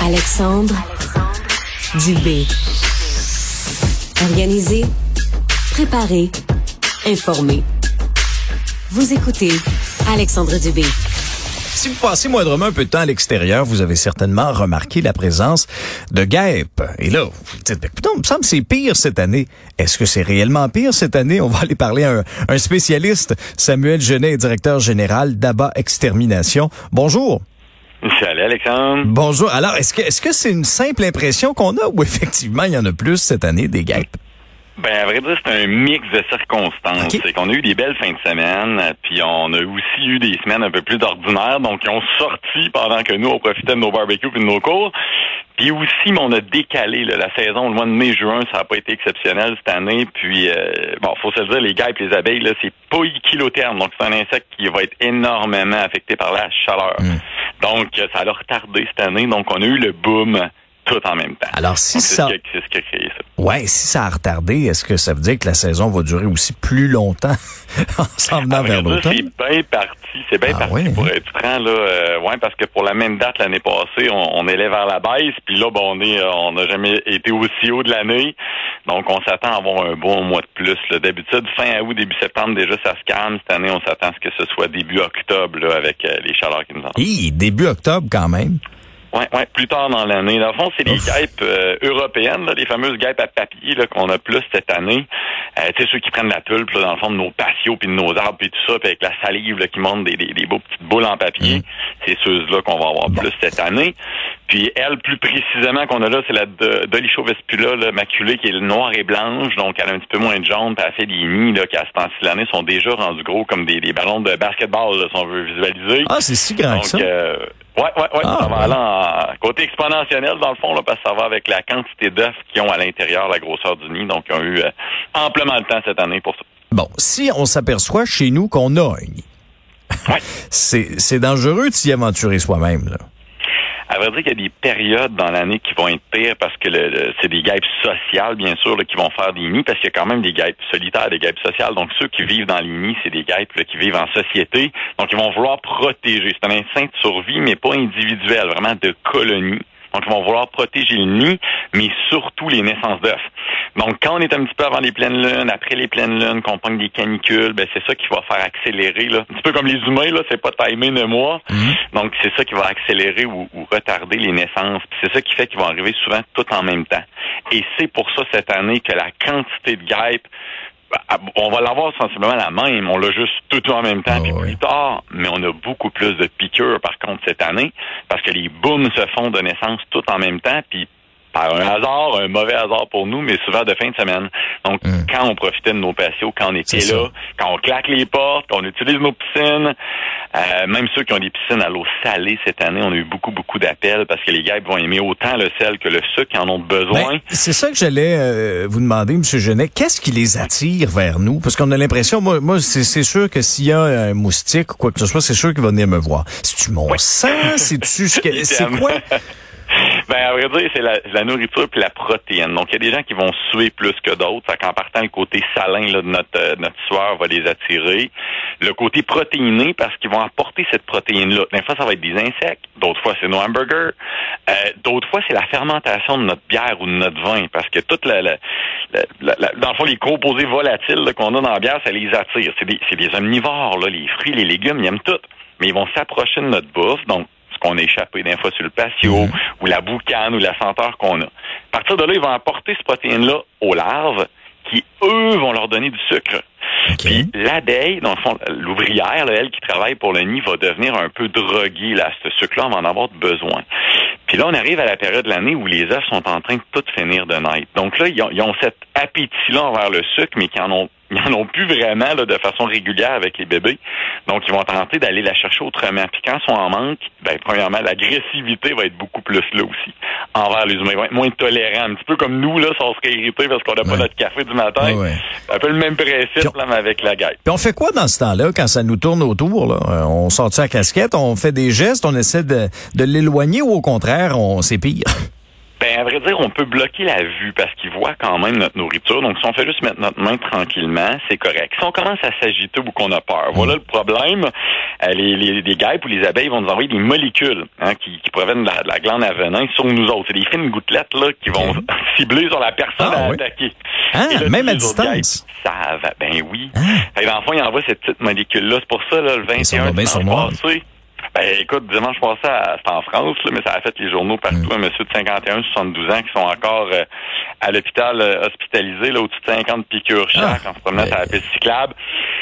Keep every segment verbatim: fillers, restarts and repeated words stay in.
Alexandre Dubé. Organisé, préparé, informé. Vous écoutez Alexandre Dubé. Si vous passez moindrement un peu de temps à l'extérieur, vous avez certainement remarqué la présence de guêpes. Et là, vous vous dites, putain, il me semble que c'est pire cette année. Est-ce que c'est réellement pire cette année? On va aller parler à un, un spécialiste. Samuel Genet, directeur général d'A B A Extermination. Bonjour. Salut Alexandre. Bonjour. Alors, est-ce que est-ce que c'est une simple impression qu'on a ou effectivement il y en a plus cette année des guêpes? Ben, à vrai dire, c'est un mix de circonstances. Okay. C'est qu'on a eu des belles fins de semaine, puis on a aussi eu des semaines un peu plus ordinaires, donc ils ont sorti pendant que nous, on profitait de nos barbecues et de nos cours. Puis aussi, on a décalé là, la saison, le mois de mai-juin, ça n'a pas été exceptionnel cette année. Puis, euh, bon, faut se le dire, les guêpes, les abeilles, là, c'est pas équilotherme, donc c'est un insecte qui va être énormément affecté par la chaleur. Mm. Donc, ça l'a retardé cette année, donc on a eu le boom tout en même temps. Alors, si donc, ça... C'est ce, qui a, c'est ce qui a créé ça. Ouais, si ça a retardé, est-ce que ça veut dire que la saison va durer aussi plus longtemps en s'en venant vers l'automne? C'est bien parti, c'est bien ah, parti oui, pour hein? être franc, là. Euh, ouais, parce que pour la même date l'année passée, on, on est allé vers la baisse, puis là, ben, on est, on n'a jamais été aussi haut de l'année. Donc, on s'attend à avoir un bon mois de plus, là. D'habitude, fin août, début septembre, déjà, ça se calme. Cette année, on s'attend à ce que ce soit début octobre, là, avec euh, les chaleurs qui nous entourent. Hi, début octobre, quand même. Oui, ouais, plus tard dans l'année. Dans le fond, c'est les guêpes euh, européennes, là, les fameuses guêpes à papier là, qu'on a plus cette année. Euh, tu sais, ceux qui prennent la pulpe, là, dans le fond, de nos patios, puis de nos arbres, puis tout ça, puis avec la salive là, qui monte des, des, des beaux petites boules en papier. Mmh. C'est ceux-là qu'on va avoir plus cette année. Puis elle, plus précisément qu'on a là, c'est la Dolichowespula là, maculée, qui est noire et blanche, donc elle a un petit peu moins de jaune, puis elle fait des nids là, qui à ce temps-ci de l'année sont déjà rendus gros comme des, des ballons de basketball, là, si on veut visualiser. Ah, c'est si grand donc, que ça? Euh, Ouais, ouais, ouais. Ah, ça va ouais. aller en côté exponentiel, dans le fond, là, parce que ça va avec la quantité d'œufs qu'ils ont à l'intérieur, la grosseur du nid. Donc, ils ont eu euh, amplement le temps cette année pour ça. Bon, si on s'aperçoit chez nous qu'on a un nid, ouais. c'est, c'est dangereux de s'y aventurer soi-même, là. À vrai dire qu'il y a des périodes dans l'année qui vont être pires parce que le, le, c'est des guêpes sociales, bien sûr, là, qui vont faire des nids, parce qu'il y a quand même des guêpes solitaires, des guêpes sociales. Donc, ceux qui vivent dans les nids, c'est des guêpes là, qui vivent en société. Donc, ils vont vouloir protéger. C'est un instinct de survie, mais pas individuel, vraiment de colonie. Donc, ils vont vouloir protéger le nid, mais surtout les naissances d'œufs. Donc, quand on est un petit peu avant les pleines lunes, après les pleines lunes, qu'on pogne des canicules, ben c'est ça qui va faire accélérer, là. Un petit peu comme les humains, là, c'est pas timé de mois. Mm-hmm. Donc, c'est ça qui va accélérer ou, ou retarder les naissances. Puis c'est ça qui fait qu'ils vont arriver souvent tout en même temps. Et c'est pour ça, cette année, que la quantité de guêpes, on va l'avoir sensiblement la même. On l'a juste tout en même temps, oh, puis oui. plus tard. Mais on a beaucoup plus de piqûres, par contre, cette année, parce que les booms se font de naissance tout en même temps, puis par un hasard, un mauvais hasard pour nous, mais souvent de fin de semaine. Donc, mmh. quand on profitait de nos patios, quand on était C'est là, ça. quand on claque les portes, qu'on utilise nos piscines, euh, même ceux qui ont des piscines à l'eau salée cette année, on a eu beaucoup, beaucoup d'appels parce que les guêpes vont aimer autant le sel que le sucre, ils en ont besoin. Ben, c'est ça que j'allais euh, vous demander, M. Genet. Qu'est-ce qui les attire vers nous? Parce qu'on a l'impression, moi, moi c'est, c'est sûr que s'il y a un moustique ou quoi que ce soit, c'est sûr qu'il va venir me voir. C'est-tu mon oui. sang? C'est-tu ce que, c'est quoi? Ben, à vrai dire, c'est la, la nourriture puis la protéine. Donc, il y a des gens qui vont suer plus que d'autres. Ça qu'en partant, le côté salin là, de notre, euh, notre sueur va les attirer. Le côté protéiné, parce qu'ils vont apporter cette protéine-là. Des fois, ça va être des insectes. D'autres fois, c'est nos hamburgers. Euh, d'autres fois, c'est la fermentation de notre bière ou de notre vin. Parce que toute la, la, la, la, la dans le fond, les composés volatiles là, qu'on a dans la bière, ça les attire. C'est des, c'est des omnivores, là. Les fruits, les légumes, ils aiment tout. Mais ils vont s'approcher de notre bouffe. Donc, qu'on a échappé d'un fois sur le patio, mmh. ou la boucane, ou la senteur qu'on a. À partir de là, ils vont apporter cette protéine-là aux larves, qui, eux, vont leur donner du sucre. Okay. Puis l'abeille, dans le fond, l'ouvrière, là, elle qui travaille pour le nid, va devenir un peu droguée, là. Ce sucre-là, on va en avoir besoin. Puis là, on arrive à la période de l'année où les œufs sont en train de tout finir de naître. Donc là, ils ont, ils ont cet appétit-là envers le sucre, mais qui en ont Ils n'en ont plus vraiment là, de façon régulière avec les bébés. Donc, ils vont tenter d'aller la chercher autrement. Puis quand ils sont en manque, ben premièrement, l'agressivité va être beaucoup plus là aussi envers les humains. Ils vont être moins tolérants. Un petit peu comme nous, là, si on serait irrité parce qu'on n'a ouais. pas notre café du matin. Ouais, ouais. C'est un peu le même principe on... là, mais avec la guêpe. Puis on fait quoi dans ce temps-là, quand ça nous tourne autour? Là? On sort à casquette, on fait des gestes, on essaie de, de l'éloigner ou au contraire, on c'est pire? Ben, à vrai dire, on peut bloquer la vue parce qu'ils voient quand même notre nourriture. Donc, si on fait juste mettre notre main tranquillement, c'est correct. Si on commence à s'agiter ou qu'on a peur, voilà le problème. Euh, les, les, les guêpes ou les abeilles vont nous envoyer des molécules hein, qui, qui proviennent de la, de la glande à venin sur nous autres. C'est des fines gouttelettes là qui vont okay. cibler sur la personne ah, à oui. attaquer. Ah, là, même à distance? Savent, ben oui. Ah. Fait que dans le fond, ils envoient cette petite molécule-là. C'est pour ça, là, le vingt et un dimanche passé. Ben, écoute, dimanche passé, c'était en France, là, mais ça a fait les journaux partout. Mm. Un monsieur de cinquante et un, soixante-douze ans qui sont encore euh, à l'hôpital euh, hospitalisé, là, au-dessus de cinquante piqûres chaque, ah. en se promenant sur la piste cyclable.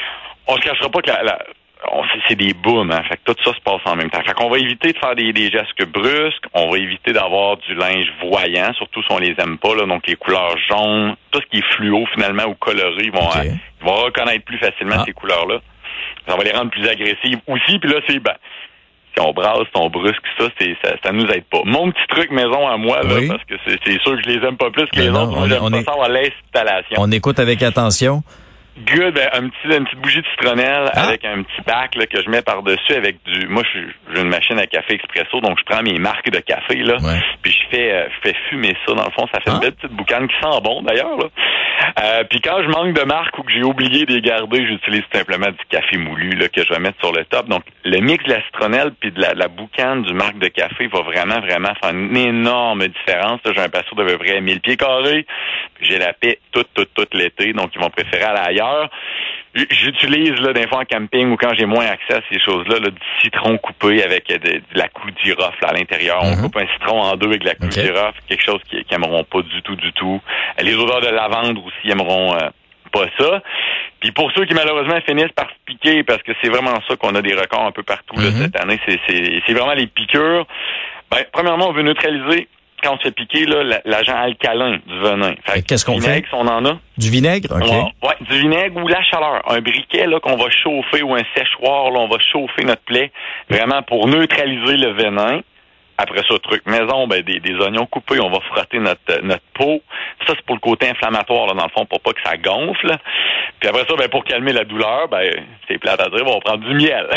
On se cachera pas que la, la on, c'est, c'est des booms, hein. Fait que tout ça se passe en même temps. Fait qu'on va éviter de faire des, des gestes brusques. On va éviter d'avoir du linge voyant, surtout si on les aime pas, là. Donc, les couleurs jaunes, tout ce qui est fluo, finalement, ou coloré, ils vont, okay. euh, ils vont reconnaître plus facilement ah. ces couleurs-là. Ça va les rendre plus agressives aussi. Puis là, c'est, ben, si on brasse, si on brusque, ça, c'est, ça, ça nous aide pas. Mon petit truc maison à moi, là, oui. parce que c'est, c'est sûr que je les aime pas plus que les non, autres. Moi, j'aime on pas est... ça avoir l'installation. On écoute avec attention. Good, ben, un petit, une petite bougie de citronnelle ah. avec un petit bac là, que je mets par-dessus avec du... Moi, je j'ai une machine à café expresso, donc je prends mes marques de café, là, ouais. puis je fais euh, je fais fumer ça. Dans le fond, ça fait ah. une belle petite boucane qui sent bon, d'ailleurs. Là. Euh, puis quand je manque de marque ou que j'ai oublié de les garder, j'utilise simplement du café moulu là, que je vais mettre sur le top. Donc, le mix de la citronnelle puis de la, la boucane du marque de café va vraiment, vraiment faire une énorme différence. Là, j'ai un patio d'à peu près mille pieds carrés. J'ai la paix toute, toute, toute l'été, donc ils vont préférer aller ailleurs. J'utilise là des fois en camping ou quand j'ai moins accès à ces choses-là, là, du citron coupé avec de, de la clou de girofle à l'intérieur. Mm-hmm. On coupe un citron en deux avec de la clou okay. de girofle, quelque chose qu'ils qui aimeront pas du tout, du tout. Les odeurs de lavande aussi aimeront euh, pas ça. Puis pour ceux qui malheureusement finissent par se piquer, parce que c'est vraiment ça qu'on a des records un peu partout mm-hmm. là, cette année, c'est, c'est, c'est vraiment les piqûres. Ben, premièrement, on veut neutraliser quand on se fait piquer là, l'agent alcalin du venin. Fait Qu'est-ce qu'on vinaigre, fait? On en a. Du vinaigre? OK. Oui, du vinaigre ou la chaleur. Un briquet là qu'on va chauffer ou un séchoir, là, on va chauffer notre plaie vraiment pour neutraliser le venin. Après ça, truc maison, ben des, des oignons coupés, on va frotter notre notre peau. Ça, c'est pour le côté inflammatoire, là, dans le fond, pour pas que ça gonfle. Puis après ça, ben pour calmer la douleur, ben c'est plate à dire, on va prendre du miel.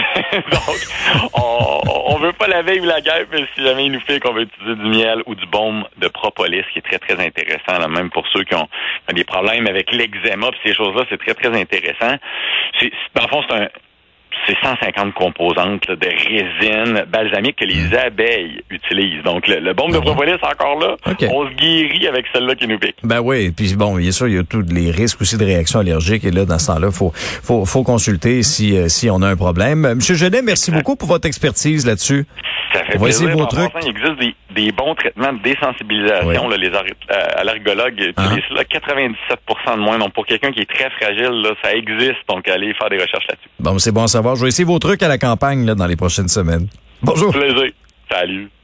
Donc, on, on veut pas la veille ou la guêpe, mais si jamais il nous fait qu'on veut utiliser du miel ou du baume de propolis, qui est très, très intéressant, là, même pour ceux qui ont, ont des problèmes avec l'eczéma, puis ces choses-là, c'est très, très intéressant. C'est, dans le fond, c'est un c'est cent cinquante composantes là, de résine balsamique que les abeilles utilisent. Donc, le, le baume de propolis, encore là, okay. on se guérit avec celle-là qui nous pique. Ben oui, puis bon, bien sûr, il y a tous les risques aussi de réactions allergiques. Et là, dans ce temps-là, il faut, faut, faut consulter si, euh, si on a un problème. Monsieur Genet, merci beaucoup pour votre expertise là-dessus. Ça fait on va plaisir. essayer vos trucs. Il existe des, des bons traitements de désensibilisation. Oui. Là, les euh, allergologues utilisent ah. là, quatre-vingt-dix-sept pour cent de moins. Donc, pour quelqu'un qui est très fragile, là, ça existe. Donc, allez faire des recherches là-dessus. Bon, c'est bon à savoir. Je vais essayer vos trucs à la campagne là, dans les prochaines semaines. Bonjour. Plaisir. Salut.